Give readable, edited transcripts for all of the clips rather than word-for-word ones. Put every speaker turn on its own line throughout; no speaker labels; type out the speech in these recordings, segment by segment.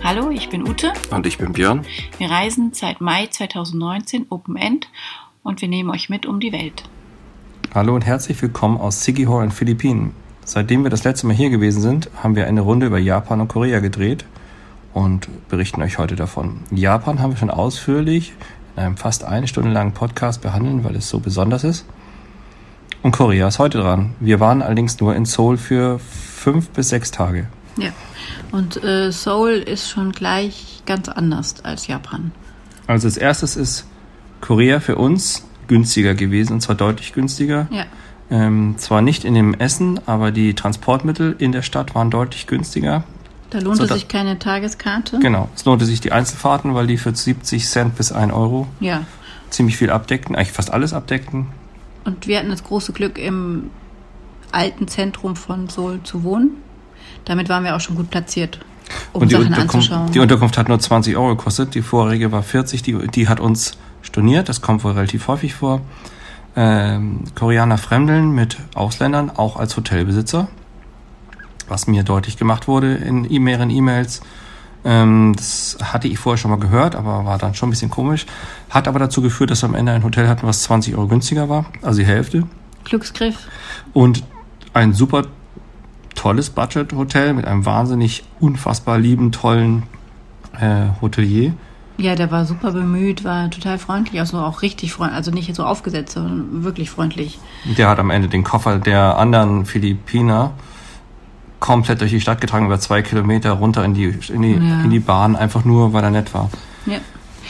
Hallo, ich bin Ute.
Und ich bin Björn.
Wir reisen seit Mai 2019 Open End und wir nehmen euch mit um die Welt.
Hallo und herzlich willkommen aus Siggihor in Philippinen. Seitdem wir das letzte Mal hier gewesen sind, haben wir eine Runde über Japan und Korea gedreht und berichten euch heute davon. Japan haben wir schon ausführlich in einem fast 1 Stunde langen Podcast behandelt, weil es so besonders ist. Und Korea ist heute dran. Wir waren allerdings nur in Seoul für 5 bis 6 Tage.
Ja, und Seoul ist schon gleich ganz anders als Japan.
Also als erstes ist Korea für uns günstiger gewesen, und zwar deutlich günstiger.
Ja.
Zwar nicht in dem Essen, aber die Transportmittel in der Stadt waren deutlich günstiger.
Da lohnte sich keine Tageskarte?
Genau, es lohnte sich die Einzelfahrten, weil die für 70 Cent bis 1 Euro ziemlich viel abdeckten, eigentlich fast alles abdeckten.
Und wir hatten das große Glück, im alten Zentrum von Seoul zu wohnen. Damit waren wir auch schon gut platziert, um Sachen anzuschauen. Die
Unterkunft hat nur 20 Euro gekostet, die vorherige war 40, die hat uns storniert, das kommt wohl relativ häufig vor. Koreaner fremdeln mit Ausländern, auch als Hotelbesitzer, was mir deutlich gemacht wurde in mehreren E-Mails. Das hatte ich vorher schon mal gehört, aber war dann schon ein bisschen komisch. Hat aber dazu geführt, dass wir am Ende ein Hotel hatten, was 20 Euro günstiger war, also die Hälfte.
Glücksgriff.
Und ein super tolles Budget-Hotel mit einem wahnsinnig unfassbar lieben, tollen Hotelier.
Ja, der war super bemüht, war total freundlich, also auch richtig freundlich, also nicht so aufgesetzt, sondern wirklich freundlich.
Der hat am Ende den Koffer der anderen Philippiner komplett durch die Stadt getragen, über 2 Kilometer runter in die Bahn, einfach nur, weil er nett war.
Ja.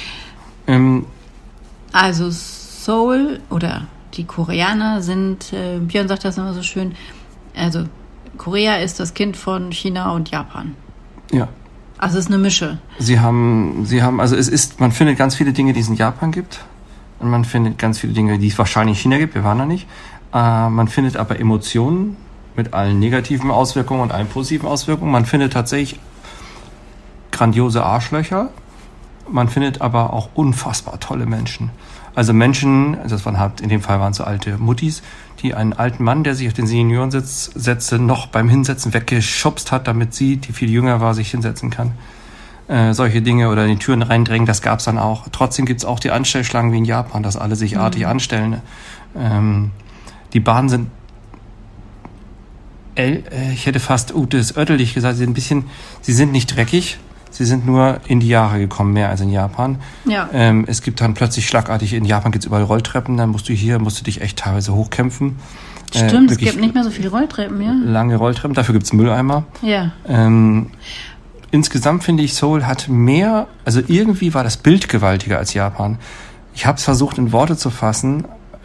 Also Seoul oder die Koreaner sind, Björn sagt das immer so schön, also Korea ist das Kind von China und Japan.
Ja.
Also es ist eine Mische.
Man findet ganz viele Dinge, die es in Japan gibt. Und man findet ganz viele Dinge, die es wahrscheinlich in China gibt. Wir waren da nicht. Man findet aber Emotionen mit allen negativen Auswirkungen und allen positiven Auswirkungen. Man findet tatsächlich grandiose Arschlöcher. Man findet aber auch unfassbar tolle Menschen. Also Menschen, in dem Fall waren es so alte Muttis, die einen alten Mann, der sich auf den Seniorensitz setzte, noch beim Hinsetzen weggeschubst hat, damit sie, die viel jünger war, sich hinsetzen kann. Solche Dinge oder in die Türen reindrängen, das gab's dann auch. Trotzdem gibt's auch die Anstellschlangen wie in Japan, dass alle sich artig anstellen. Die Bahnen sind, ich hätte fast das örtlich gesagt, sie sind nicht dreckig. Sie sind nur in die Jahre gekommen, mehr als in Japan. Ja. Es gibt dann plötzlich schlagartig, in Japan gibt es überall Rolltreppen, dann musst du dich echt teilweise hochkämpfen.
Stimmt, es gibt nicht mehr so viele Rolltreppen, ja.
Lange Rolltreppen, dafür gibt es Mülleimer.
Ja.
Insgesamt finde ich, Seoul hat mehr, also irgendwie war das Bild gewaltiger als Japan. Ich habe es versucht in Worte zu fassen.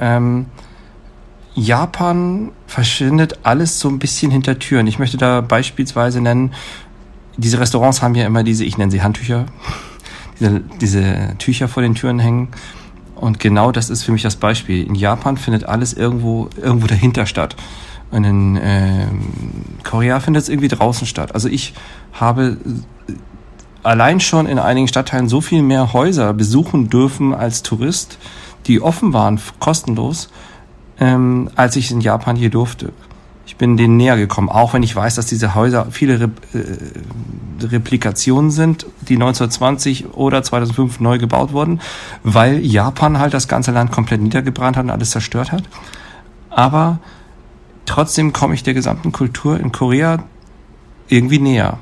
Japan verschwindet alles so ein bisschen hinter Türen. Ich möchte da beispielsweise nennen, diese Restaurants haben ja immer ich nenne sie Handtücher, diese Tücher vor den Türen hängen. Und genau das ist für mich das Beispiel. In Japan findet alles irgendwo dahinter statt. Und in Korea findet es irgendwie draußen statt. Also ich habe allein schon in einigen Stadtteilen so viel mehr Häuser besuchen dürfen als Tourist, die offen waren, kostenlos, als ich in Japan je durfte. Ich bin denen näher gekommen, auch wenn ich weiß, dass diese Häuser viele Replikationen sind, die 1920 oder 2005 neu gebaut wurden, weil Japan halt das ganze Land komplett niedergebrannt hat und alles zerstört hat. Aber trotzdem komme ich der gesamten Kultur in Korea irgendwie näher.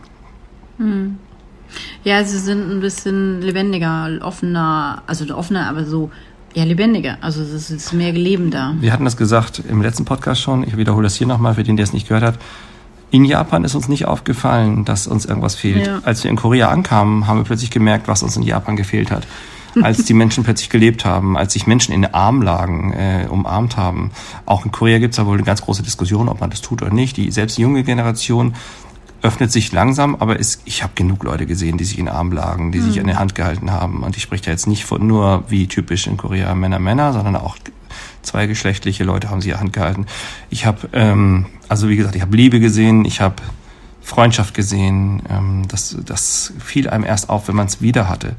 Ja, sie sind ein bisschen lebendiger, offener, aber so... Ja, lebendiger. Also es ist mehr lebender.
Wir hatten das gesagt im letzten Podcast schon. Ich wiederhole das hier nochmal für den, der es nicht gehört hat. In Japan ist uns nicht aufgefallen, dass uns irgendwas fehlt. Ja. Als wir in Korea ankamen, haben wir plötzlich gemerkt, was uns in Japan gefehlt hat. Als die Menschen plötzlich gelebt haben, als sich Menschen in den Arm lagen, umarmt haben. Auch in Korea gibt es da wohl eine ganz große Diskussion, ob man das tut oder nicht. Selbst die junge Generation öffnet sich langsam, aber ich habe genug Leute gesehen, die sich in den Arm lagen, die sich an der Hand gehalten haben. Und ich spreche da jetzt nicht von nur wie typisch in Korea Männer, sondern auch zweigeschlechtliche Leute haben sich die Hand gehalten. Ich habe, wie gesagt, ich habe Liebe gesehen, ich habe Freundschaft gesehen. Das fiel einem erst auf, wenn man es wieder hatte.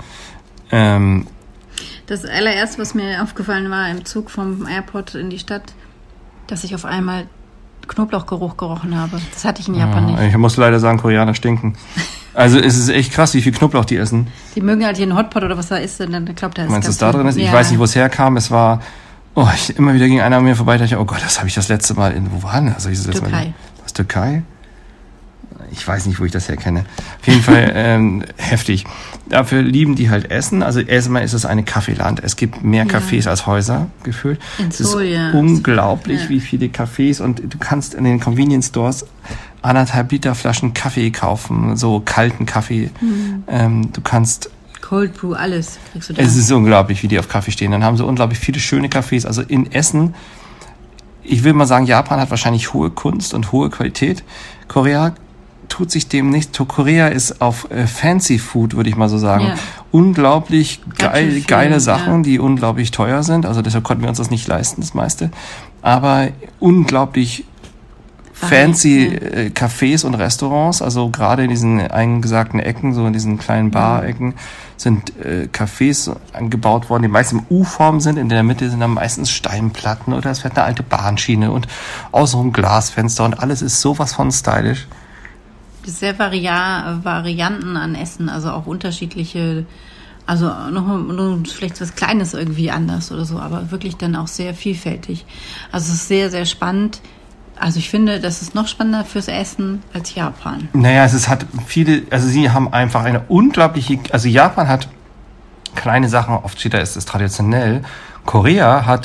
Das allererste, was mir aufgefallen war im Zug vom Airport in die Stadt, dass ich auf einmal Knoblauchgeruch gerochen habe. Das hatte ich in Japan nicht.
Ich muss leider sagen, Koreaner stinken. Also es ist echt krass, wie viel Knoblauch die essen.
Die mögen halt hier einen Hotpot oder was da ist, dann glaubt er,
meinst du, was da drin ist? Ich weiß nicht, wo es herkam. Es war, immer wieder ging einer an mir vorbei, dachte ich, oh Gott, das habe ich das letzte Mal wo war denn das?
Türkei.
Was, Türkei? Ich weiß nicht, wo ich das herkenne. Auf jeden Fall heftig. Dafür lieben die halt Essen. Also erstmal ist es eine Kaffeeland. Es gibt mehr Cafés als Häuser gefühlt. Es ist unglaublich, wie viele Cafés. Und du kannst in den Convenience Stores 1,5 Liter Flaschen Kaffee kaufen. So kalten Kaffee. Du kannst...
Cold Brew, alles kriegst du da.
Es ist unglaublich, wie die auf Kaffee stehen. Dann haben sie unglaublich viele schöne Cafés. Also in Essen, ich will mal sagen, Japan hat wahrscheinlich hohe Kunst und hohe Qualität. Korea tut sich dem nicht. Korea ist auf Fancy Food, würde ich mal so sagen. Unglaublich geile Sachen, die unglaublich teuer sind. Also deshalb konnten wir uns das nicht leisten, das meiste. Aber unglaublich fancy Cafés und Restaurants, also gerade in diesen eingesagten Ecken, so in diesen kleinen Bar-Ecken, sind Cafés angebaut worden, die meist im U-Form sind. In der Mitte sind dann meistens Steinplatten oder es fährt eine alte Bahnschiene und außenrum Glasfenster und alles ist sowas von stylisch.
Sehr Varianten an Essen, also auch unterschiedliche, also noch vielleicht was Kleines irgendwie anders oder so, aber wirklich dann auch sehr vielfältig. Also es ist sehr, sehr spannend. Also ich finde, das ist noch spannender fürs Essen als Japan.
Naja, sie haben einfach eine unglaubliche, also Japan hat kleine Sachen, oft steht da, ist es traditionell. Korea hat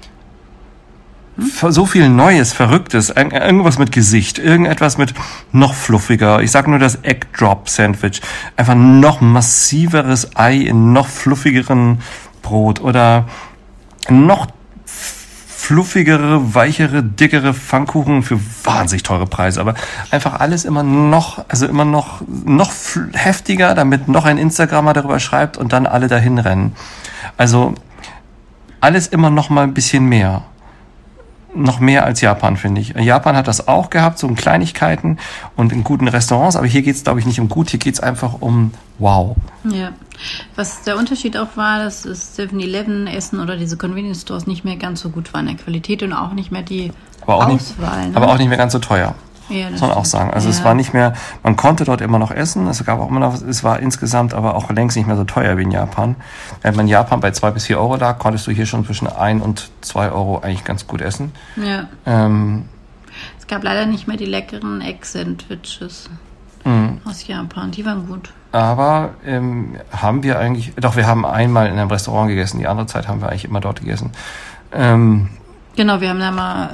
so viel Neues, Verrücktes, irgendwas mit Gesicht, irgendetwas mit noch fluffiger. Ich sag nur das Egg Drop Sandwich. Einfach noch massiveres Ei in noch fluffigeren Brot oder noch fluffigere, weichere, dickere Pfannkuchen für wahnsinnig teure Preise. Aber einfach alles immer noch heftiger, damit noch ein Instagrammer darüber schreibt und dann alle dahin rennen. Also alles immer noch mal ein bisschen mehr. Noch mehr als Japan, finde ich. Japan hat das auch gehabt, so in Kleinigkeiten und in guten Restaurants, aber hier geht es, glaube ich, nicht um gut, hier geht es einfach um wow.
Ja, was der Unterschied auch war, dass das 7-Eleven Essen oder diese Convenience Stores nicht mehr ganz so gut waren in der Qualität und auch nicht mehr die Auswahl.
Aber auch nicht mehr ganz so teuer.
Ja,
muss man auch sagen. Also es war nicht mehr, man konnte dort immer noch essen, es gab auch immer noch, es war insgesamt aber auch längst nicht mehr so teuer wie in Japan. Wenn man in Japan bei 2 bis 4 Euro lag, konntest du hier schon zwischen 1 und 2 Euro eigentlich ganz gut essen.
Ja. Es gab leider nicht mehr die leckeren Egg-Sandwiches aus Japan, die waren gut.
Aber wir haben einmal in einem Restaurant gegessen, die andere Zeit haben wir eigentlich immer dort gegessen.
Genau, wir haben da mal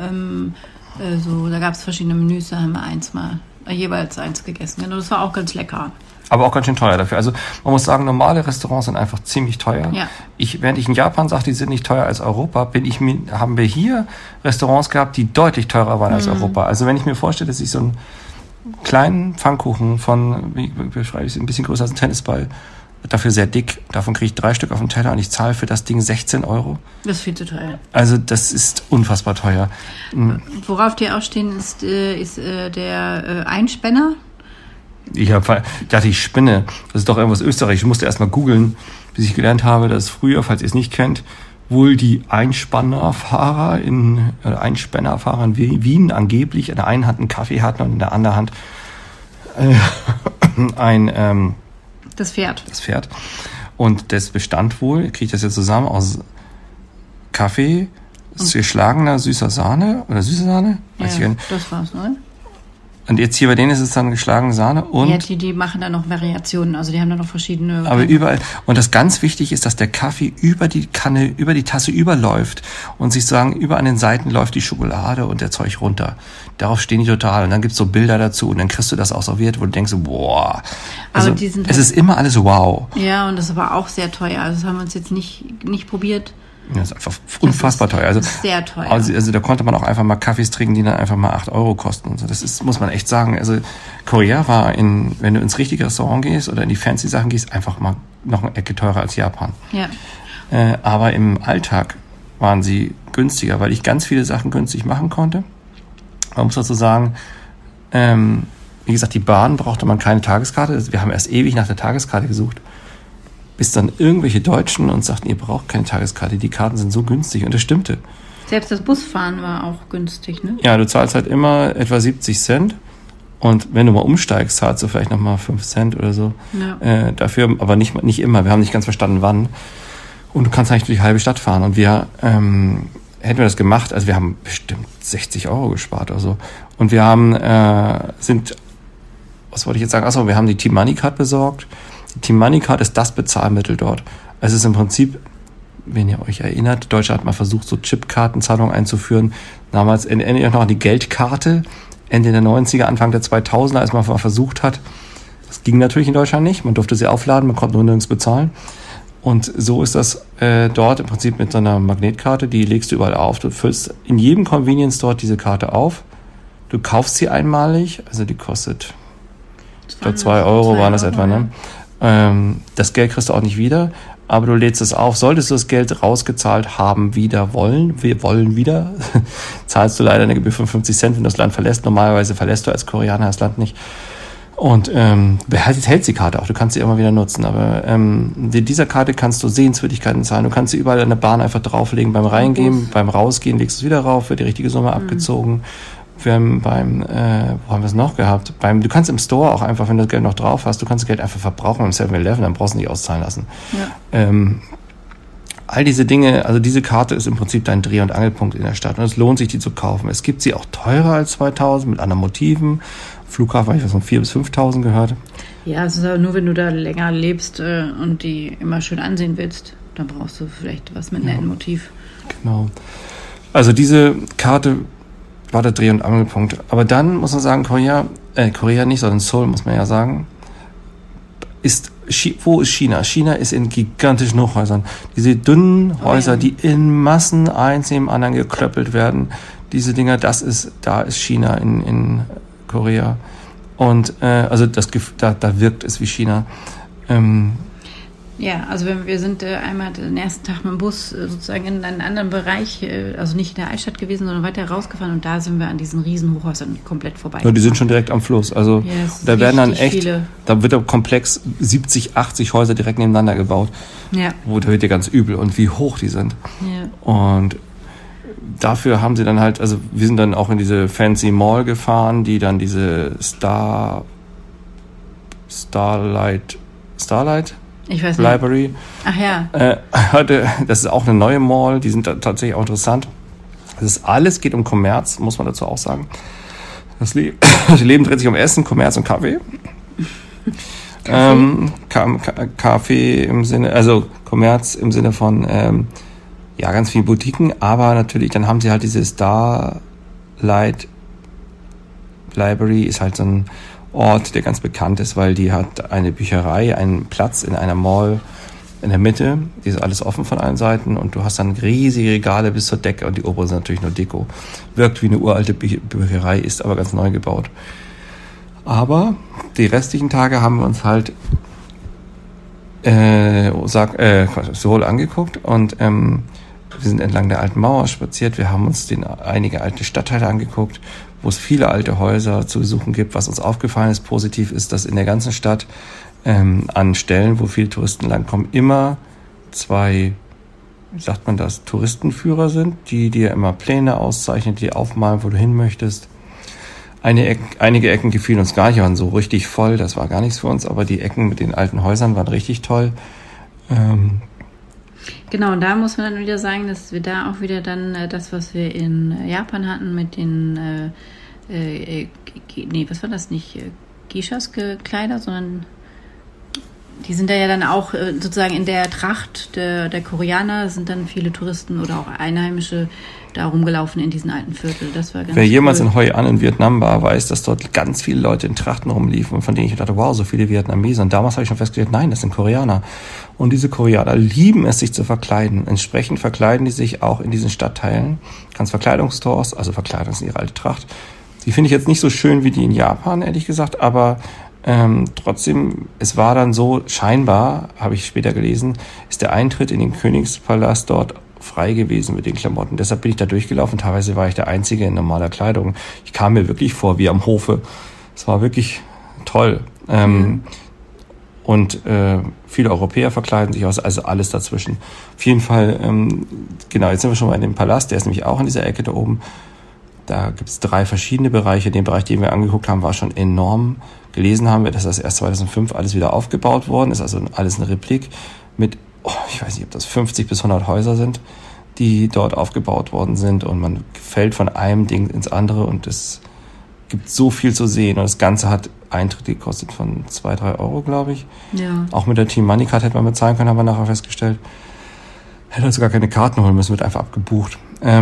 da gab es verschiedene Menüs, da haben wir jeweils eins gegessen. Genau, das war auch ganz lecker.
Aber auch ganz schön teuer dafür. Also man muss sagen, normale Restaurants sind einfach ziemlich teuer.
Ja.
Während ich in Japan sage, die sind nicht teuer als Europa, haben wir hier Restaurants gehabt, die deutlich teurer waren als Europa. Also wenn ich mir vorstelle, dass ich so einen kleinen Pfannkuchen von, wie beschreibe ich es, ein bisschen größer als ein Tennisball, dafür sehr dick, davon kriege ich 3 Stück auf dem Teller und ich zahle für das Ding 16 Euro.
Das ist viel zu teuer.
Also das ist unfassbar teuer.
Worauf die auch stehen, ist der Einspänner.
Ich dachte, ich spinne. Das ist doch irgendwas Österreich. Ich musste erst mal googeln, bis ich gelernt habe, dass früher, falls ihr es nicht kennt, wohl die Einspännerfahrer in Wien angeblich in der einen Hand einen Kaffee hatten und in der anderen Hand
das Pferd.
Und das bestand wohl, kriege ich das jetzt zusammen, aus Kaffee, geschlagener süßer Sahne oder süße Sahne?
Weiß ich gar nicht. Das war's, ne?
Und jetzt hier bei denen ist es dann geschlagene Sahne und...
Ja, die machen da noch Variationen, also die haben da noch verschiedene...
Aber überall, und das ganz wichtig ist, dass der Kaffee über die Kanne, über die Tasse überläuft und sich sagen, über an den Seiten läuft die Schokolade und der Zeug runter. Darauf stehen die total und dann gibt's so Bilder dazu und dann kriegst du das auch serviert, wo du denkst, boah. Also
aber die sind
es ist immer alles wow.
Ja, und das ist aber auch sehr teuer, also das haben wir uns jetzt nicht probiert.
Das ist einfach unfassbar teuer. Also,
sehr teuer.
Also da konnte man auch einfach mal Kaffees trinken, die dann einfach mal 8 Euro kosten. Und so. Das ist, muss man echt sagen. Also Korea war wenn du ins richtige Restaurant gehst oder in die fancy Sachen gehst, einfach mal noch eine Ecke teurer als Japan.
Ja.
Aber im Alltag waren sie günstiger, weil ich ganz viele Sachen günstig machen konnte. Man muss dazu sagen, wie gesagt, die Bahn brauchte man keine Tageskarte. Wir haben erst ewig nach der Tageskarte gesucht. Bis dann irgendwelche Deutschen uns sagten, ihr braucht keine Tageskarte, die Karten sind so günstig. Und das stimmte.
Selbst das Busfahren war auch günstig, ne?
Ja, du zahlst halt immer etwa 70 Cent Und wenn du mal umsteigst, zahlst du vielleicht nochmal 5 Cent oder so. Ja. Dafür, aber nicht immer. Wir haben nicht ganz verstanden, wann. Und du kannst eigentlich durch die halbe Stadt fahren. Und wir, hätten wir das gemacht, also wir haben bestimmt 60 € gespart oder so. Und wir haben, was wollte ich jetzt sagen? Achso, wir haben die T-Money-Card besorgt. Die T-Money-Card ist das Bezahlmittel dort. Es ist im Prinzip, wenn ihr euch erinnert, Deutschland hat mal versucht, so Chipkartenzahlungen einzuführen. Damals erinnert ihr euch noch an die Geldkarte, Ende der 90er, Anfang der 2000er, als man mal versucht hat. Das ging natürlich in Deutschland nicht. Man durfte sie aufladen, man konnte nur nirgends bezahlen. Und so ist das dort im Prinzip mit so einer Magnetkarte, die legst du überall auf. Du füllst in jedem Convenience dort diese Karte auf. Du kaufst sie einmalig, also die kostet 2 € waren das etwa, ne? Das Geld kriegst du auch nicht wieder, aber du lädst es auf. Solltest du das Geld rausgezahlt haben wir wollen wieder, zahlst du leider eine Gebühr von 50 Cent, wenn du das Land verlässt. Normalerweise verlässt du als Koreaner das Land nicht. Und hält die Karte auch, du kannst sie immer wieder nutzen, aber mit dieser Karte kannst du Sehenswürdigkeiten zahlen, du kannst sie überall in der Bahn einfach drauflegen, beim Reingehen, beim Rausgehen legst du es wieder rauf, wird die richtige Summe abgezogen. Wir haben wo haben wir es noch gehabt? Du kannst im Store auch einfach, wenn du das Geld noch drauf hast, du kannst das Geld einfach verbrauchen beim 7-Eleven, dann brauchst du nicht auszahlen lassen. Ja. All diese Dinge, also diese Karte ist im Prinzip dein Dreh- und Angelpunkt in der Stadt und es lohnt sich, die zu kaufen. Es gibt sie auch teurer als 2000 mit anderen Motiven. Flughafen habe ich was von 4.000 bis 5.000 gehört.
Ja, es ist aber nur, wenn du da länger lebst und die immer schön ansehen willst, dann brauchst du vielleicht was mit einem netten Motiv. Genau.
Also diese Karte war der Dreh- und Angelpunkt. Aber dann muss man sagen, Korea nicht, sondern Seoul, muss man ja sagen, wo ist China? China ist in gigantischen Hochhäusern. Diese dünnen Häuser, die in Massen eins neben anderen geklöppelt werden, diese Dinger, da ist China in Korea. Und also da wirkt es wie China.
Ja, also wir sind einmal den ersten Tag mit dem Bus sozusagen in einen anderen Bereich, also nicht in der Altstadt gewesen, sondern weiter rausgefahren und da sind wir an diesen riesen Hochhäusern komplett vorbei.
Ja, die sind schon direkt am Fluss. Also da werden dann echt, da wird der Komplex 70, 80 Häuser direkt nebeneinander gebaut. Ja. Da wird dir ganz übel und wie hoch die sind. Ja. Und dafür haben sie dann halt, also wir sind dann auch in diese Fancy Mall gefahren, die dann diese Starlight? Ich weiß nicht. Library.
Ach ja.
Das ist auch eine neue Mall, die sind tatsächlich auch interessant. Alles geht um Kommerz, muss man dazu auch sagen. Das Leben dreht sich um Essen, Kommerz und Kaffee. Kaffee im Sinne, also Kommerz im Sinne von ganz viele Boutiquen, aber natürlich, dann haben sie halt diese Starlight Library, ist halt so ein Ort, der ganz bekannt ist, weil die hat eine Bücherei, einen Platz in einer Mall in der Mitte, die ist alles offen von allen Seiten und du hast dann riesige Regale bis zur Decke und die oberen sind natürlich nur Deko. Wirkt wie eine uralte Bücherei, ist aber ganz neu gebaut. Aber die restlichen Tage haben wir uns halt Seoul angeguckt und wir sind entlang der alten Mauer spaziert, wir haben uns einige alte Stadtteile angeguckt, wo es viele alte Häuser zu besuchen gibt. Was uns aufgefallen ist, positiv ist, dass in der ganzen Stadt an Stellen, wo viele Touristen langkommen, immer 2, wie sagt man das, Touristenführer sind, die dir immer Pläne auszeichnen, die aufmalen, wo du hin möchtest. Einige Ecken gefielen uns gar nicht, waren so richtig voll, das war gar nichts für uns, aber die Ecken mit den alten Häusern waren richtig toll.
Genau, und da muss man dann wieder sagen, dass wir da auch wieder dann das, was wir in Japan hatten mit den, was war das nicht, Geishas-Kleider, sondern die sind da ja dann auch sozusagen in der Tracht der Koreaner, sind dann viele Touristen oder auch Einheimische da rumgelaufen in diesen alten Viertel. Das war ganz
Wer jemals in Hoi An in Vietnam war, weiß, dass dort ganz viele Leute in Trachten rumliefen und von denen ich dachte, wow, so viele Vietnamesen. Und damals habe ich schon festgestellt, nein, das sind Koreaner. Und diese Koreaner lieben es, sich zu verkleiden. Entsprechend verkleiden die sich auch in diesen Stadtteilen. Ganz Verkleidungsstores, also Verkleidung ist ihre alte Tracht. Die finde ich jetzt nicht so schön wie die in Japan, ehrlich gesagt, aber trotzdem, es war dann so, scheinbar, habe ich später gelesen, ist der Eintritt in den Königspalast dort frei gewesen mit den Klamotten. Deshalb bin ich da durchgelaufen. Teilweise war ich der Einzige in normaler Kleidung. Ich kam mir wirklich vor wie am Hofe. Es war wirklich toll. Und viele Europäer verkleiden sich aus, also alles dazwischen. Auf jeden Fall, genau, jetzt sind wir schon mal in dem Palast, der ist nämlich auch in dieser Ecke da oben. Da gibt es 3 verschiedene Bereiche. Den Bereich, den wir angeguckt haben, war schon enorm. Gelesen haben wir, dass das erst 2005 alles wieder aufgebaut worden ist. Also alles eine Replik mit, ich weiß nicht, ob das 50 bis 100 Häuser sind, die dort aufgebaut worden sind. Und man fällt von einem Ding ins andere und es gibt so viel zu sehen. Und das Ganze hat Eintritt gekostet von 2-3 Euro, glaube ich.
Ja.
Auch mit der Team Money Card hätte man bezahlen können, haben wir nachher festgestellt. Hätte also gar keine Karten holen müssen, wird einfach abgebucht.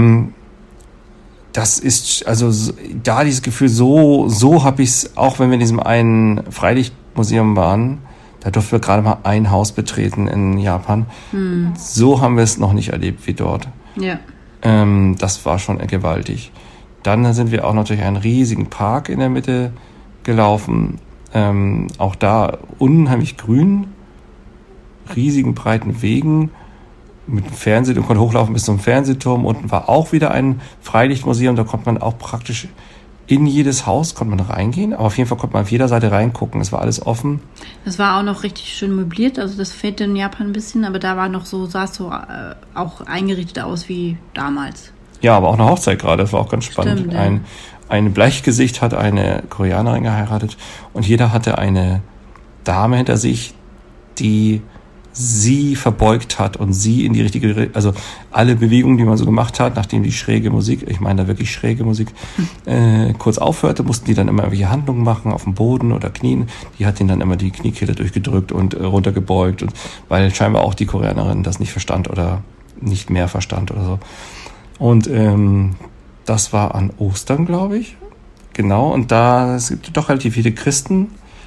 Das ist, also da dieses Gefühl, so habe ich es, auch wenn wir in diesem einen Freilichtmuseum waren, da durften wir gerade mal ein Haus betreten in Japan. So haben wir es noch nicht erlebt wie dort.
Ja.
Das war schon gewaltig. Dann sind wir auch noch durch einen riesigen Park in der Mitte gelaufen. Auch da unheimlich grün, riesigen breiten Wegen mit dem Fernseh. Du konntest hochlaufen bis zum Fernsehturm. Unten war auch wieder ein Freilichtmuseum. Da konnte man auch praktisch in jedes Haus konnte man reingehen. Aber auf jeden Fall konnte man auf jeder Seite reingucken. Es war alles offen.
Das war auch noch richtig schön möbliert. Also das fehlt in Japan ein bisschen. Aber da war noch so, sah es so auch eingerichtet aus wie damals.
Ja, aber auch eine Hochzeit gerade. Das war auch ganz spannend.
Stimmt, ja.
Ein Bleichgesicht hat eine Koreanerin geheiratet. Und jeder hatte eine Dame hinter sich, die sie verbeugt hat und sie in die richtige, also alle Bewegungen, die man so gemacht hat, nachdem die schräge Musik, ich meine da wirklich schräge Musik, kurz aufhörte, mussten die dann immer irgendwelche Handlungen machen auf dem Boden oder Knien. Die hat denen dann immer die Kniekehle durchgedrückt und runtergebeugt, und weil scheinbar auch die Koreanerin das nicht verstand oder nicht mehr verstand oder so. Und das war an Ostern, glaube ich. Genau, und da es gibt doch relativ viele Christen.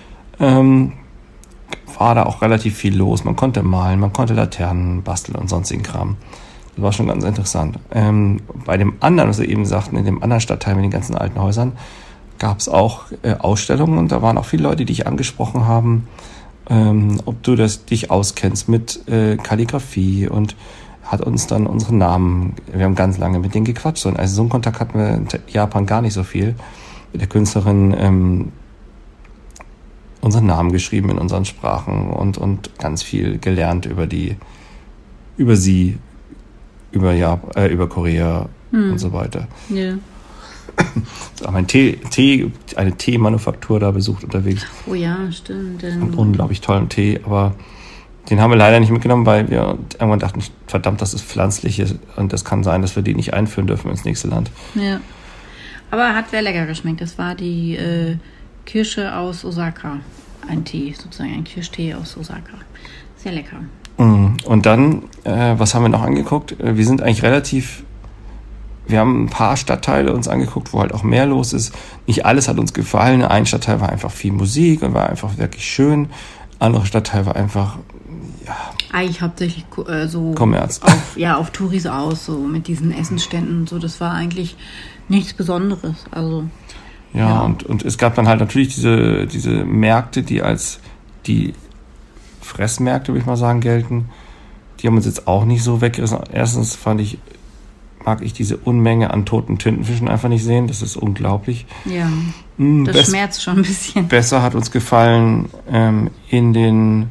War da auch relativ viel los. Man konnte malen, man konnte Laternen basteln und sonstigen Kram. Das war schon ganz interessant. Bei dem anderen, was wir eben sagten, in dem anderen Stadtteil mit den ganzen alten Häusern, gab es auch Ausstellungen, und da waren auch viele Leute, die dich angesprochen haben, ob du dich auskennst mit Kalligrafie, und hat uns dann unseren Namen, wir haben ganz lange mit denen gequatscht. Also so einen Kontakt hatten wir in Japan gar nicht so viel. Mit der Künstlerin unseren Namen geschrieben in unseren Sprachen und ganz viel gelernt über sie, über Korea und so weiter.
Ja.
Haben eine Teemanufaktur da besucht unterwegs.
Oh ja, stimmt.
Und unglaublich tollen Tee, aber den haben wir leider nicht mitgenommen, weil wir irgendwann dachten, verdammt, das ist pflanzliches, und das kann sein, dass wir die nicht einführen dürfen ins nächste Land.
Ja. Aber hat sehr lecker geschmeckt. Das war die Kirsche aus Osaka. Ein Tee, sozusagen ein Kirschtee aus Osaka. Sehr lecker.
Und dann, was haben wir noch angeguckt? Wir haben ein paar Stadtteile uns angeguckt, wo halt auch mehr los ist. Nicht alles hat uns gefallen. Ein Stadtteil war einfach viel Musik und war einfach wirklich schön. Andere Stadtteil war einfach, ja,
eigentlich hauptsächlich so
Kommerz.
Auf Touris aus, so mit diesen Essensständen und so. Das war eigentlich nichts Besonderes. Also
ja. Und es gab dann halt natürlich diese Märkte, die als die Fressmärkte, würde ich mal sagen, gelten. Die haben uns jetzt auch nicht so weggerissen. Erstens mag ich diese Unmenge an toten Tintenfischen einfach nicht sehen. Das ist unglaublich.
Ja, das schmerzt schon ein bisschen.
Besser hat uns gefallen in den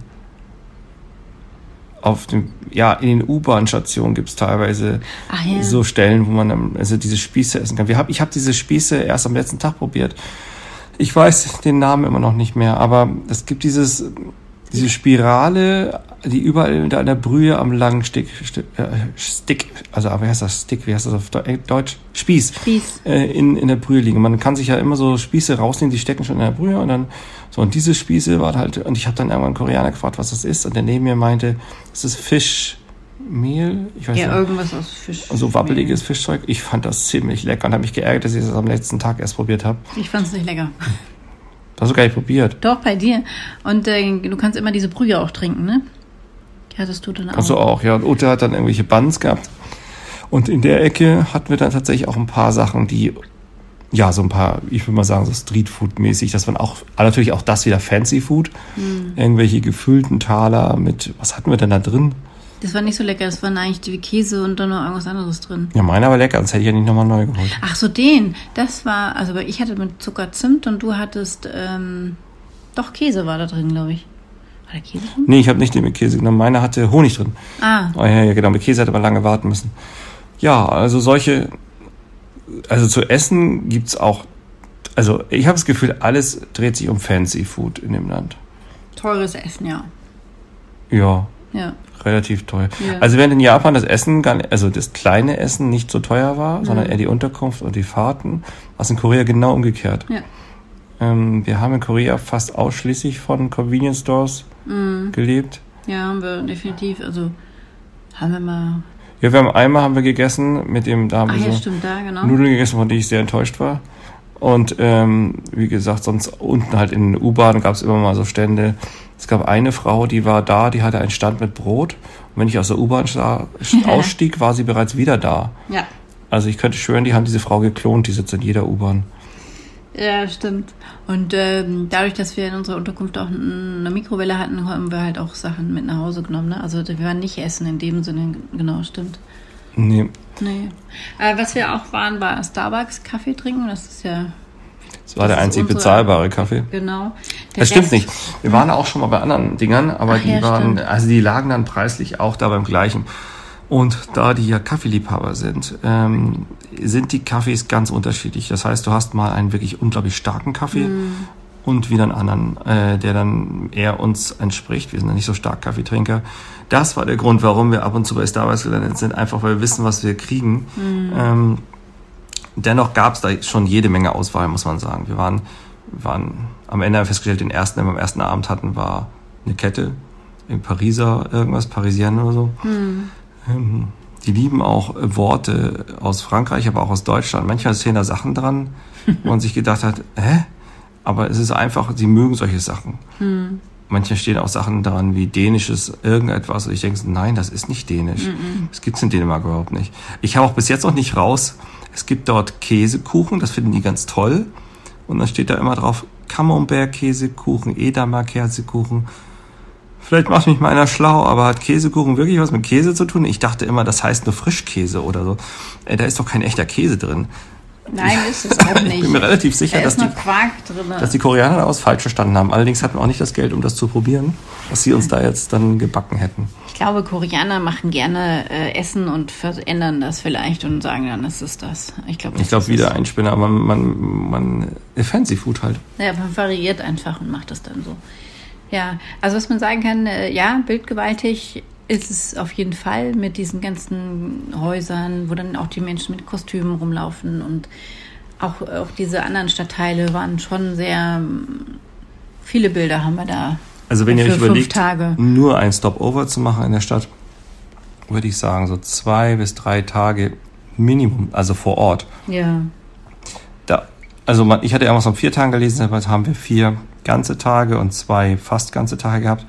U-Bahn-Stationen gibt es teilweise so Stellen, wo man also diese Spieße essen kann. Ich habe diese Spieße erst am letzten Tag probiert. Ich weiß den Namen immer noch nicht mehr, aber es gibt diese Spirale, die überall da in der Brühe am langen Stick, also wie heißt das Stick, wie heißt das auf Deutsch? Spieß. In der Brühe liegen. Man kann sich ja immer so Spieße rausnehmen, die stecken schon in der Brühe, und dann so, und diese Spieße war halt, und ich habe dann irgendwann einen Koreaner gefragt, was das ist, und der neben mir meinte, das ist Fischmehl, ich weiß nicht.
Ja, irgendwas aus Fisch.
So wabbeliges Fischzeug. Ich fand das ziemlich lecker und habe mich geärgert, dass ich das am letzten Tag erst probiert habe.
Ich fand es nicht lecker.
Hast du gar nicht probiert?
Doch, bei dir. Und du kannst immer diese Brühe auch trinken, ne? Die hattest du dann auch.
Also auch, ja. Und Ute hat dann irgendwelche Buns gehabt. Und in der Ecke hatten wir dann tatsächlich auch ein paar Sachen, die, ja, so ein paar, ich würde mal sagen, so Streetfood-mäßig. Das waren auch, natürlich auch das wieder Fancy Food. Irgendwelche gefüllten Taler mit, was hatten wir denn da drin?
Das war nicht so lecker, das waren eigentlich wie Käse und dann noch irgendwas anderes drin.
Ja, meiner war lecker, sonst hätte ich ja nicht nochmal neu geholt.
Ach so, das war, also ich hatte mit Zucker Zimt und du hattest, doch Käse war da drin, glaube ich. War da Käse drin?
Nee, ich habe nicht den mit Käse genommen, meiner hatte Honig drin.
Ah.
Oh, ja, genau, mit Käse hätte man lange warten müssen. Ja, also solche also zu essen gibt's auch, also ich habe das Gefühl, alles dreht sich um Fancy Food in dem Land.
Teures Essen, ja.
Ja.
Ja.
Relativ teuer. Ja. Also während in Japan das Essen, also das kleine Essen nicht so teuer war, sondern eher die Unterkunft und die Fahrten, war es in Korea genau umgekehrt. Ja. Wir haben in Korea fast ausschließlich von Convenience Stores gelebt.
Ja, haben wir definitiv. Also haben wir mal...
Ja, haben wir gegessen mit dem, da haben wir
stimmt, da, genau.
Nudeln gegessen, von denen ich sehr enttäuscht war. Und wie gesagt, sonst unten halt in den U-Bahn gab es immer mal so Stände. Es gab eine Frau, die war da, die hatte einen Stand mit Brot. Und wenn ich aus der U-Bahn ausstieg, war sie bereits wieder da. Ja. Also ich könnte schwören, die haben diese Frau geklont, die sitzt in jeder U-Bahn.
Ja, stimmt. Und dadurch, dass wir in unserer Unterkunft auch eine Mikrowelle hatten, haben wir halt auch Sachen mit nach Hause genommen. Ne? Also wir waren nicht essen in dem Sinne, genau, stimmt. Nee. Was wir auch waren, war Starbucks Kaffee trinken. Das ist ja...
Das war der einzig bezahlbare Kaffee.
Genau.
Das stimmt nicht. Wir waren auch schon mal bei anderen Dingern, aber die lagen dann preislich auch da beim gleichen. Und da die ja Kaffeeliebhaber sind, sind die Kaffees ganz unterschiedlich. Das heißt, du hast mal einen wirklich unglaublich starken Kaffee und wieder einen anderen, der dann eher uns entspricht. Wir sind ja nicht so stark Kaffeetrinker. Das war der Grund, warum wir ab und zu bei Starbucks gelandet sind, einfach weil wir wissen, was wir kriegen. Dennoch gab es da schon jede Menge Auswahl, muss man sagen. Wir waren am Ende festgestellt, den ersten, den wir am ersten Abend hatten, war eine Kette in Parisienne oder so. Die lieben auch Worte aus Frankreich, aber auch aus Deutschland. Manchmal stehen da Sachen dran, wo man sich gedacht hat, aber es ist einfach, sie mögen solche Sachen. Manchmal stehen auch Sachen dran wie dänisches irgendetwas. Und ich denke, nein, das ist nicht dänisch. Das gibt's in Dänemark überhaupt nicht. Ich habe auch bis jetzt noch nicht raus, es gibt dort Käsekuchen, das finden die ganz toll. Und dann steht da immer drauf, Camembert-Käsekuchen, Edamer-Käsekuchen. Vielleicht macht mich mal einer schlau, aber hat Käsekuchen wirklich was mit Käse zu tun? Ich dachte immer, das heißt nur Frischkäse oder so. Da ist doch kein echter Käse drin.
Nein, ist es auch nicht.
Ich bin mir relativ sicher,
dass
die Koreaner daraus falsch verstanden haben. Allerdings hatten wir auch nicht das Geld, um das zu probieren, was sie uns da jetzt dann gebacken hätten.
Ich glaube, Koreaner machen gerne Essen und verändern das vielleicht und sagen dann, das ist das. Ich glaube,
wieder ein Spinner, aber man Fancy Food halt.
Ja, man variiert einfach und macht das dann so. Ja, also was man sagen kann, bildgewaltig ist es auf jeden Fall mit diesen ganzen Häusern, wo dann auch die Menschen mit Kostümen rumlaufen und auch diese anderen Stadtteile waren schon sehr viele Bilder haben wir da.
Also wenn ihr euch überlegt, nur ein Stopover zu machen in der Stadt, würde ich sagen, so 2 bis 3 Tage Minimum, also vor Ort.
Ja.
Ich hatte irgendwas von 4 Tagen gelesen, aber haben wir 4 ganze Tage und 2 fast ganze Tage gehabt.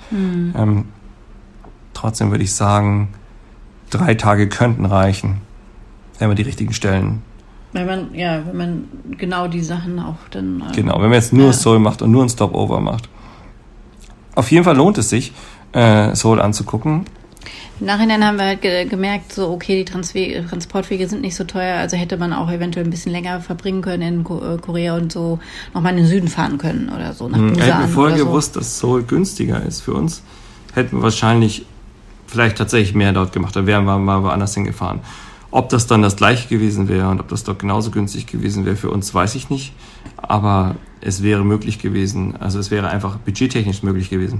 Trotzdem würde ich sagen, 3 Tage könnten reichen, wenn wir die richtigen Stellen.
Wenn man genau die Sachen auch dann.
Genau, wenn man jetzt nur Seoul macht und nur ein Stopover macht. Auf jeden Fall lohnt es sich, Seoul anzugucken.
Im Nachhinein haben wir halt gemerkt, so die Transportwege sind nicht so teuer, also hätte man auch eventuell ein bisschen länger verbringen können in Korea und so nochmal in den Süden fahren können oder so nach Busan.
Hätten wir vorher gewusst, dass Seoul günstiger ist für uns, hätten wir wahrscheinlich vielleicht tatsächlich mehr dort gemacht, da wären wir mal woanders hingefahren. Ob das dann das gleiche gewesen wäre und ob das dort genauso günstig gewesen wäre für uns, weiß ich nicht, aber es wäre möglich gewesen, also es wäre einfach budgettechnisch möglich gewesen.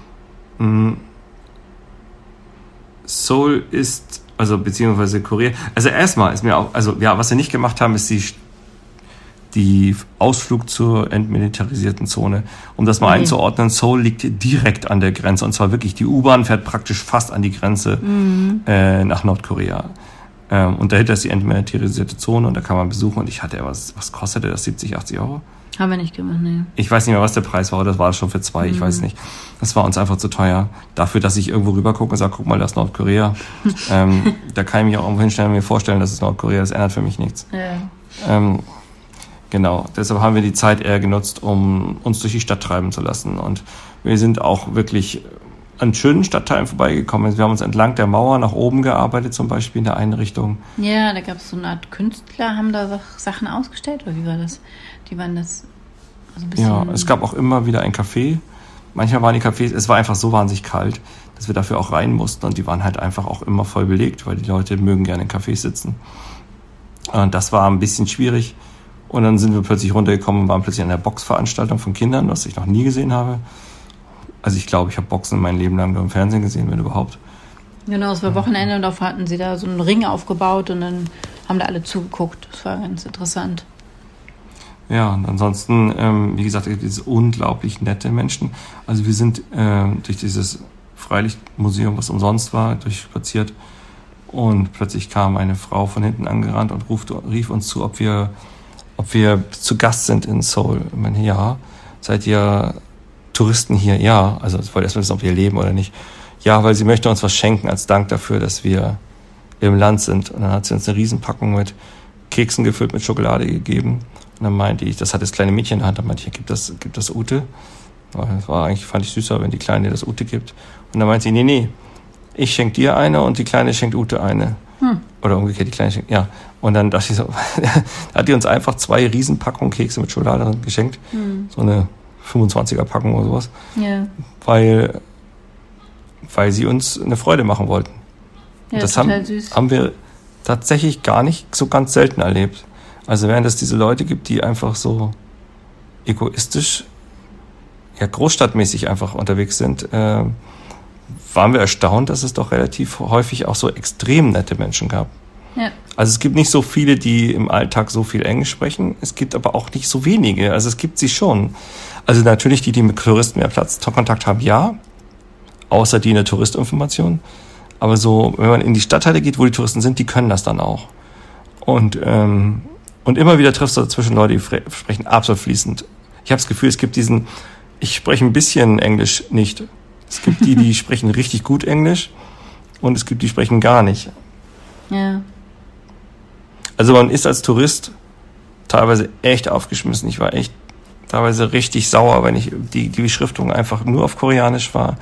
Seoul ist, beziehungsweise Korea, erstmal ist mir auch, was wir nicht gemacht haben, ist die Ausflug zur entmilitarisierten Zone. Um das mal einzuordnen, Seoul liegt direkt an der Grenze und zwar wirklich, die U-Bahn fährt praktisch fast an die Grenze nach Nordkorea. Und dahinter ist die entmilitarisierte Zone und da kann man besuchen und ich hatte was kostete das, 70, 80 Euro?
Haben wir nicht gemacht, ne.
Ich weiß nicht mehr, was der Preis war, das war schon für 2, ich weiß nicht. Das war uns einfach zu teuer. Dafür, dass ich irgendwo rüber gucke und sage, guck mal, das ist Nordkorea. Da kann ich mich auch irgendwo hinstellen und mir vorstellen, das ist Nordkorea, das ändert für mich nichts. Ja. Genau, deshalb haben wir die Zeit eher genutzt, um uns durch die Stadt treiben zu lassen. Und wir sind auch wirklich an schönen Stadtteilen vorbeigekommen. Wir haben uns entlang der Mauer nach oben gearbeitet, zum Beispiel in der Einrichtung.
Ja, da gab es so eine Art Künstler, haben da Sachen ausgestellt, oder wie war das? Die waren das also ein bisschen...
Ja, es gab auch immer wieder ein Café. Manchmal waren die Cafés, es war einfach so wahnsinnig kalt, dass wir dafür auch rein mussten und die waren halt einfach auch immer voll belegt, weil die Leute mögen gerne in Cafés sitzen. Und das war ein bisschen schwierig. Und dann sind wir plötzlich runtergekommen und waren plötzlich an der Boxveranstaltung von Kindern, was ich noch nie gesehen habe. Also ich glaube, ich habe Boxen mein Leben lang nur im Fernsehen gesehen, wenn überhaupt.
Genau, es war Wochenende und da hatten sie da so einen Ring aufgebaut und dann haben da alle zugeguckt. Das war ganz interessant.
Ja, und ansonsten, wie gesagt, es gibt unglaublich nette Menschen. Also wir sind durch dieses Freilichtmuseum, was umsonst war, durchspaziert und plötzlich kam eine Frau von hinten angerannt und rief uns zu, ob wir zu Gast sind in Seoul. Ich meine, ja, seid ihr Touristen hier? Ja, also ich wollte erst mal wissen, ob wir leben oder nicht. Ja, weil sie möchte uns was schenken als Dank dafür, dass wir im Land sind. Und dann hat sie uns eine Riesenpackung mit Keksen gefüllt mit Schokolade gegeben. Und dann meinte ich, das hat das kleine Mädchen in der Hand, dann meinte ich, gibt das Ute? Das war eigentlich, fand ich süßer, wenn die Kleine dir das Ute gibt. Und dann meinte sie, nee, ich schenke dir eine und die Kleine schenkt Ute eine. Oder umgekehrt, die Kleine schenkt, ja. Und dann dachte ich so, hat die uns einfach 2 Riesenpackungen Kekse mit Schokolade geschenkt. So eine 25er-Packung oder sowas.
Ja.
Weil sie uns eine Freude machen wollten.
Ja,
das
süß.
haben wir tatsächlich gar nicht so ganz selten erlebt. Also während es diese Leute gibt, die einfach so egoistisch, ja großstadtmäßig einfach unterwegs sind, waren wir erstaunt, dass es doch relativ häufig auch so extrem nette Menschen gab.
Ja.
Also es gibt nicht so viele, die im Alltag so viel Englisch sprechen. Es gibt aber auch nicht so wenige. Also es gibt sie schon. Also natürlich die mit Touristen mehr Kontakt haben, ja. Außer die in der Touristinformation. Aber so, wenn man in die Stadtteile geht, wo die Touristen sind, die können das dann auch. Und immer wieder triffst du dazwischen Leute, die sprechen absolut fließend. Ich habe das Gefühl, es gibt ich spreche ein bisschen Englisch nicht. Es gibt die sprechen richtig gut Englisch und es gibt die sprechen gar nicht.
Ja.
Also man ist als Tourist teilweise echt aufgeschmissen. Ich war echt teilweise richtig sauer, wenn ich die Beschriftung einfach nur auf Koreanisch war.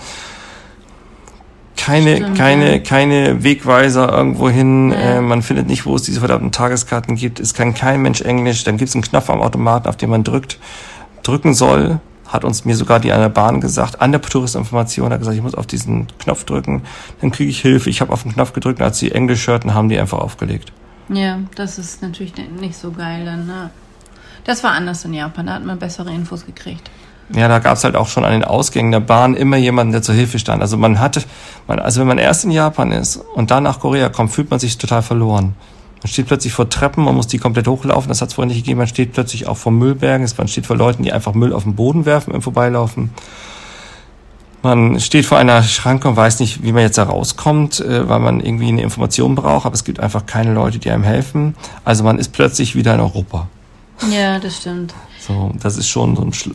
Keine Wegweiser irgendwo hin. Ja. Man findet nicht, wo es diese verdammten Tageskarten gibt. Es kann kein Mensch Englisch. Dann gibt es einen Knopf am Automaten, auf den man drücken soll. Hat mir sogar die an der Bahn gesagt, an der Touristinformation, hat gesagt, ich muss auf diesen Knopf drücken, dann kriege ich Hilfe. Ich habe auf den Knopf gedrückt, als sie Englisch hörten, haben die einfach aufgelegt.
Ja, das ist natürlich nicht so geil dann, ne? Das war anders in Japan, da hat man bessere Infos gekriegt.
Ja, da gab es halt auch schon an den Ausgängen der Bahn immer jemanden, der zur Hilfe stand. Also wenn man erst in Japan ist und dann nach Korea kommt, fühlt man sich total verloren. Man steht plötzlich vor Treppen, man muss die komplett hochlaufen, das hat es vorher nicht gegeben. Man steht plötzlich auch vor Müllbergen, man steht vor Leuten, die einfach Müll auf den Boden werfen im Vorbeilaufen. Man steht vor einer Schranke und weiß nicht, wie man jetzt da rauskommt, weil man irgendwie eine Information braucht, aber es gibt einfach keine Leute, die einem helfen. Also man ist plötzlich wieder in Europa.
Ja, das stimmt.
So, das ist schon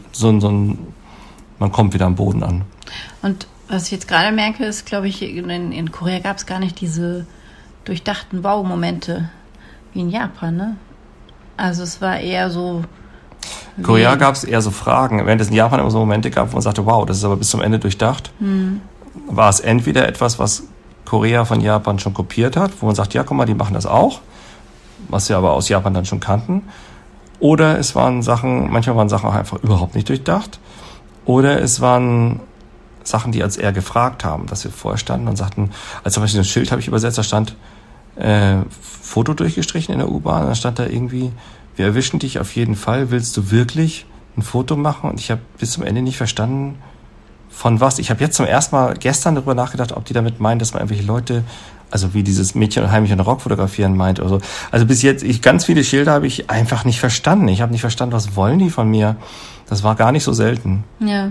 man kommt wieder am Boden an.
Und was ich jetzt gerade merke, ist, glaube ich, in Korea gab es gar nicht diese durchdachten Baumomente wie in Japan, ne? Also es war eher so...
In Korea gab es eher so Fragen, während es in Japan immer so Momente gab, wo man sagte, wow, das ist aber bis zum Ende durchdacht. War es entweder etwas, was Korea von Japan schon kopiert hat, wo man sagt, ja, guck mal, die machen das auch, was wir aber aus Japan dann schon kannten. Oder es waren manchmal waren Sachen auch einfach überhaupt nicht durchdacht. Oder es waren Sachen, die als eher gefragt haben, dass wir vorher standen und sagten, als zum Beispiel ein Schild habe ich übersetzt, da stand Foto durchgestrichen in der U-Bahn, da stand da irgendwie, wir erwischen dich auf jeden Fall, willst du wirklich ein Foto machen? Und ich habe bis zum Ende nicht verstanden, von was. Ich habe jetzt zum ersten Mal gestern darüber nachgedacht, ob die damit meinen, dass man irgendwelche Leute, also wie dieses Mädchen heimlich in Rock fotografieren meint oder so. Also bis jetzt, ganz viele Schilder habe ich einfach nicht verstanden. Ich habe nicht verstanden, was wollen die von mir? Das war gar nicht so selten.
Ja.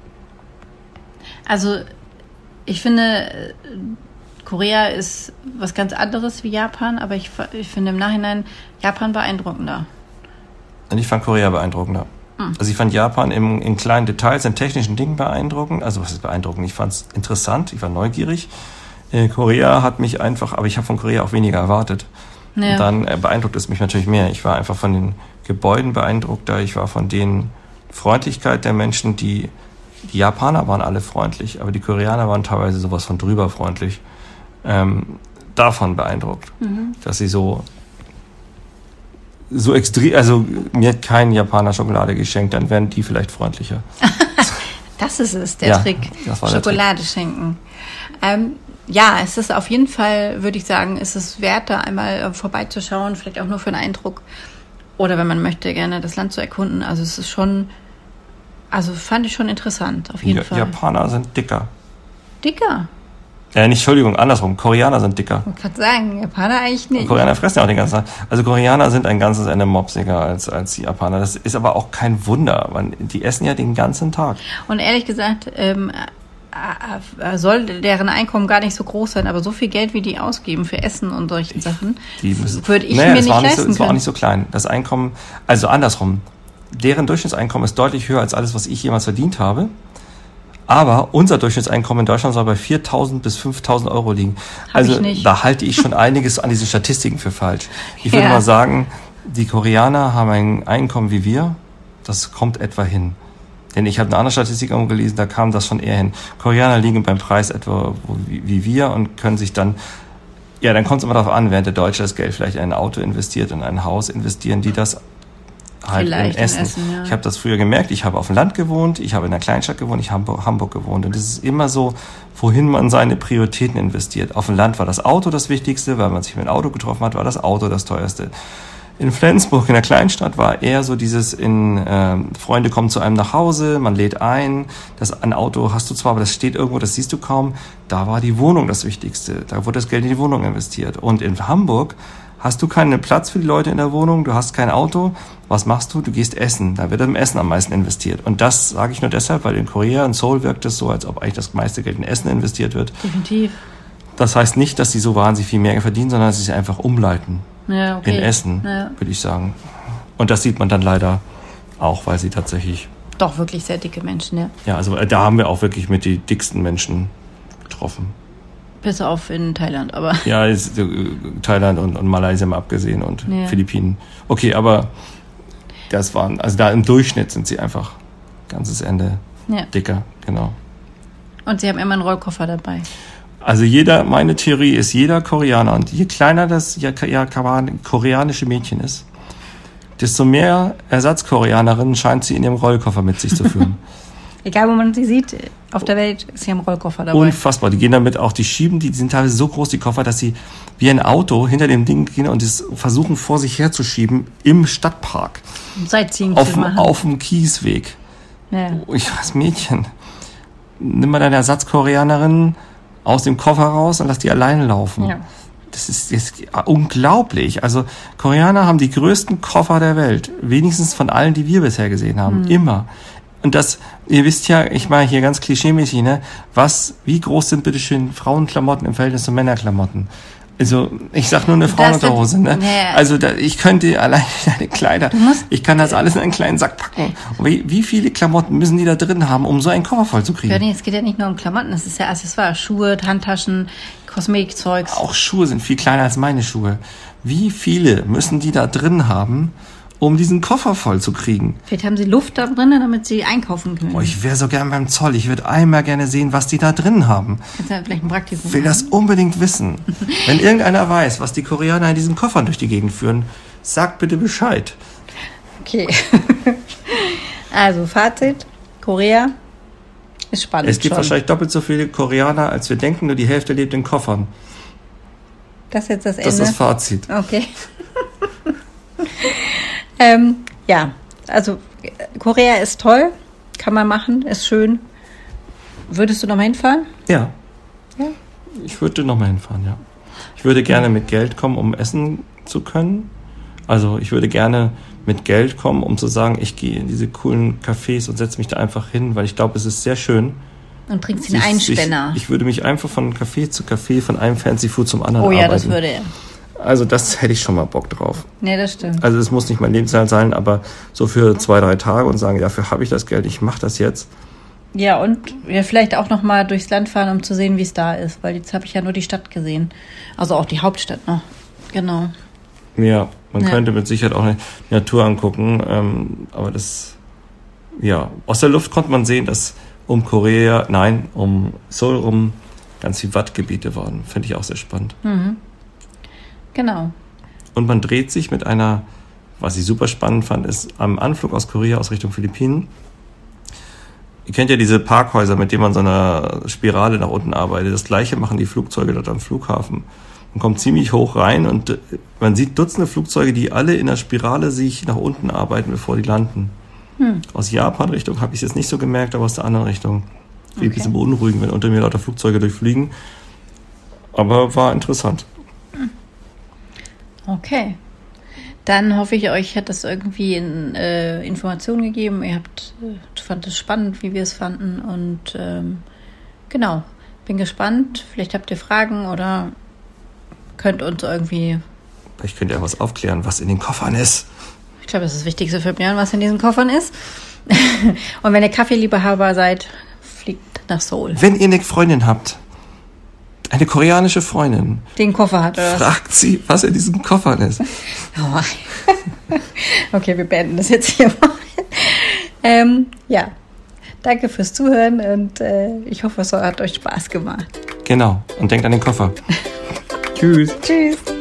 Also ich finde, Korea ist was ganz anderes wie Japan, aber ich finde im Nachhinein Japan beeindruckender.
Und ich fand Korea beeindruckender. Also ich fand Japan in kleinen Details, in technischen Dingen beeindruckend. Also was ist beeindruckend? Ich fand es interessant, ich war neugierig. Korea hat mich einfach, aber ich habe von Korea auch weniger erwartet. Ja. Und dann beeindruckt es mich natürlich mehr. Ich war einfach von den Gebäuden beeindruckter, ich war von den Freundlichkeit der Menschen, die Japaner waren alle freundlich, aber die Koreaner waren teilweise sowas von drüber freundlich. Davon beeindruckt, dass sie so extrem, also mir hat kein Japaner Schokolade geschenkt, dann wären die vielleicht freundlicher.
Das ist es, der Trick.
Das war
Schokolade
der Trick.
Schenken. Ja, es ist auf jeden Fall, würde ich sagen, ist es wert, da einmal vorbeizuschauen, vielleicht auch nur für einen Eindruck. Oder wenn man möchte, gerne das Land zu erkunden. Also es ist schon, fand ich schon interessant, auf jeden Fall.
Japaner sind dicker.
Dicker?
Entschuldigung, andersrum. Koreaner sind dicker.
Ich kann sagen, Japaner eigentlich nicht.
Koreaner fressen ja auch den ganzen Tag. Also Koreaner sind ein ganzes Ende mopsiger als die Japaner. Das ist aber auch kein Wunder, weil die essen ja den ganzen Tag.
Und ehrlich gesagt, soll deren Einkommen gar nicht so groß sein, aber so viel Geld, wie die ausgeben für Essen und solche Sachen, würde ich mir nicht leisten können.
Es war auch nicht so klein. Das Einkommen, also andersrum, deren Durchschnittseinkommen ist deutlich höher als alles, was ich jemals verdient habe. Aber unser Durchschnittseinkommen in Deutschland soll bei 4.000 bis 5.000 Euro liegen. Also da halte ich schon einiges an diesen Statistiken für falsch. Ich würde mal sagen, die Koreaner haben ein Einkommen wie wir. Das kommt etwa hin. Denn ich habe eine andere Statistik irgendwo gelesen, da kam das schon eher hin. Koreaner liegen beim Preis etwa wie wir und können sich dann, dann kommt es immer darauf an, während der Deutsche das Geld vielleicht in ein Auto investiert, in ein Haus investieren, die das halt in Essen. Ja. Ich habe das früher gemerkt, ich habe auf dem Land gewohnt, ich habe in einer Kleinstadt gewohnt, ich habe in Hamburg gewohnt. Und es ist immer so, wohin man seine Prioritäten investiert. Auf dem Land war das Auto das Wichtigste, weil man sich mit dem Auto getroffen hat, war das Auto das teuerste. In Flensburg, in der Kleinstadt, war eher so dieses Freunde kommen zu einem nach Hause, man lädt ein, ein Auto hast du zwar, aber das steht irgendwo, das siehst du kaum. Da war die Wohnung das Wichtigste. Da wurde das Geld in die Wohnung investiert. Und in Hamburg hast du keinen Platz für die Leute in der Wohnung, du hast kein Auto. Was machst du? Du gehst essen. Da wird im Essen am meisten investiert. Und das sage ich nur deshalb, weil in Korea und Seoul wirkt es so, als ob eigentlich das meiste Geld in Essen investiert wird.
Definitiv.
Das heißt nicht, dass sie so wahnsinnig viel mehr verdienen, sondern dass sie sich einfach umleiten.
Ja, okay.
In Essen, würde ich sagen. Und das sieht man dann leider auch, weil sie tatsächlich...
Doch, wirklich sehr dicke Menschen, ja.
Ja, also da haben wir auch wirklich mit die dicksten Menschen getroffen.
Bis auf in Thailand, aber... Ja,
Thailand und Malaysia mal abgesehen und Philippinen. Okay, aber das waren... Also da im Durchschnitt sind sie einfach ganzes Ende dicker, genau.
Und sie haben immer einen Rollkoffer dabei.
Also meine Theorie ist, jeder Koreaner, und je kleiner das koreanische Mädchen ist, desto mehr Ersatzkoreanerinnen scheint sie in ihrem Rollkoffer mit sich zu führen.
Egal, wo man sie sieht, auf der Welt ist sie im Rollkoffer dabei.
Unfassbar. Die gehen damit auch, die sind teilweise so groß, die Koffer, dass sie wie ein Auto hinter dem Ding gehen und es versuchen vor sich herzuschieben im Stadtpark.
Sightseeing zu machen.
Auf dem Kiesweg.
Ja.
Ich weiß, Mädchen, nimm mal deine Ersatzkoreanerin aus dem Koffer raus und lass die alleine laufen. Ja. Das ist unglaublich. Also Koreaner haben die größten Koffer der Welt. Wenigstens von allen, die wir bisher gesehen haben. Immer. Und das, ihr wisst ja, ich meine hier ganz klischeemäßig, ne? Wie groß sind bitteschön Frauenklamotten im Verhältnis zu Männerklamotten? Also, ich sag nur eine Frauenunterhose, ne? Ja. Also, ich könnte allein deine Kleider, ich kann das alles in einen kleinen Sack packen. Und wie viele Klamotten müssen die da drin haben, um so einen Koffer voll zu kriegen?
Ja, nee, es geht ja nicht nur um Klamotten, es ist ja Accessoire, Schuhe, Handtaschen, Kosmetikzeugs.
Auch Schuhe sind viel kleiner als meine Schuhe. Wie viele müssen die da drin haben, um diesen Koffer voll zu kriegen?
Vielleicht haben sie Luft da drin, damit sie einkaufen können.
Oh, ich wäre so gern beim Zoll. Ich würde einmal gerne sehen, was die da drin haben.
Kannst du ja vielleicht ein Praktikum
Ich will das unbedingt wissen. Wenn irgendeiner weiß, was die Koreaner in diesen Koffern durch die Gegend führen, sagt bitte Bescheid.
Okay. Also, Fazit. Korea ist spannend.
Es gibt wahrscheinlich doppelt so viele Koreaner, als wir denken, nur die Hälfte lebt in Koffern.
Das ist jetzt das Ende?
Das ist das Fazit.
Okay. Ja, also Korea ist toll, kann man machen, ist schön. Würdest du noch mal hinfahren?
Ja. Ich würde noch mal hinfahren, ja. Ich würde gerne mit Geld kommen, um essen zu können. Also ich würde gerne mit Geld kommen, um zu sagen, ich gehe in diese coolen Cafés und setze mich da einfach hin, weil ich glaube, es ist sehr schön.
Und trinkst den Einspänner.
Ich würde mich einfach von Café zu Café, von einem Fancy Food zum anderen arbeiten.
Oh ja, das würde er.
Also das hätte ich schon mal Bock drauf.
Nee, das stimmt.
Also es muss nicht mein Lebensinhalt sein, aber so für 2-3 Tage und sagen, dafür habe ich das Geld, ich mache das jetzt.
Ja, und vielleicht auch noch mal durchs Land fahren, um zu sehen, wie es da ist. Weil jetzt habe ich ja nur die Stadt gesehen. Also auch die Hauptstadt noch. Genau.
Ja, man könnte mit Sicherheit auch eine Natur angucken. Aber aus der Luft konnte man sehen, dass um Seoul rum ganz viel Wattgebiete waren. Finde ich auch sehr spannend.
Mhm. Genau.
Und man dreht sich mit einer, was ich super spannend fand, ist am Anflug aus Korea aus Richtung Philippinen, Ihr kennt ja diese Parkhäuser, mit denen man so einer Spirale nach unten arbeitet. Das Gleiche machen die Flugzeuge dort am Flughafen. Man kommt ziemlich hoch rein und man sieht Dutzende Flugzeuge, die alle in der Spirale sich nach unten arbeiten, bevor die landen. Aus Japan-Richtung habe ich es jetzt nicht so gemerkt, aber aus der anderen Richtung. Wie ein bisschen beunruhigend, wenn unter mir lauter Flugzeuge durchfliegen. Aber war interessant.
Okay. Dann hoffe ich, euch hat das irgendwie Informationen gegeben. Ihr fand es spannend, wie wir es fanden. Und genau, bin gespannt. Vielleicht habt ihr Fragen oder könnt uns irgendwie...
Vielleicht könnt ihr was aufklären, was in den Koffern ist.
Ich glaube, das ist das Wichtigste für Björn, was in diesen Koffern ist. Und wenn ihr Kaffeeliebhaber seid, fliegt nach Seoul.
Wenn ihr eine Freundin habt, eine koreanische Freundin,
den Koffer hat, oder?
Fragt sie, was in diesen Koffern ist.
Okay, wir beenden das jetzt hier mal. Ja, danke fürs Zuhören und ich hoffe, es hat euch Spaß gemacht.
Genau, und denkt an den Koffer. Tschüss.
Tschüss.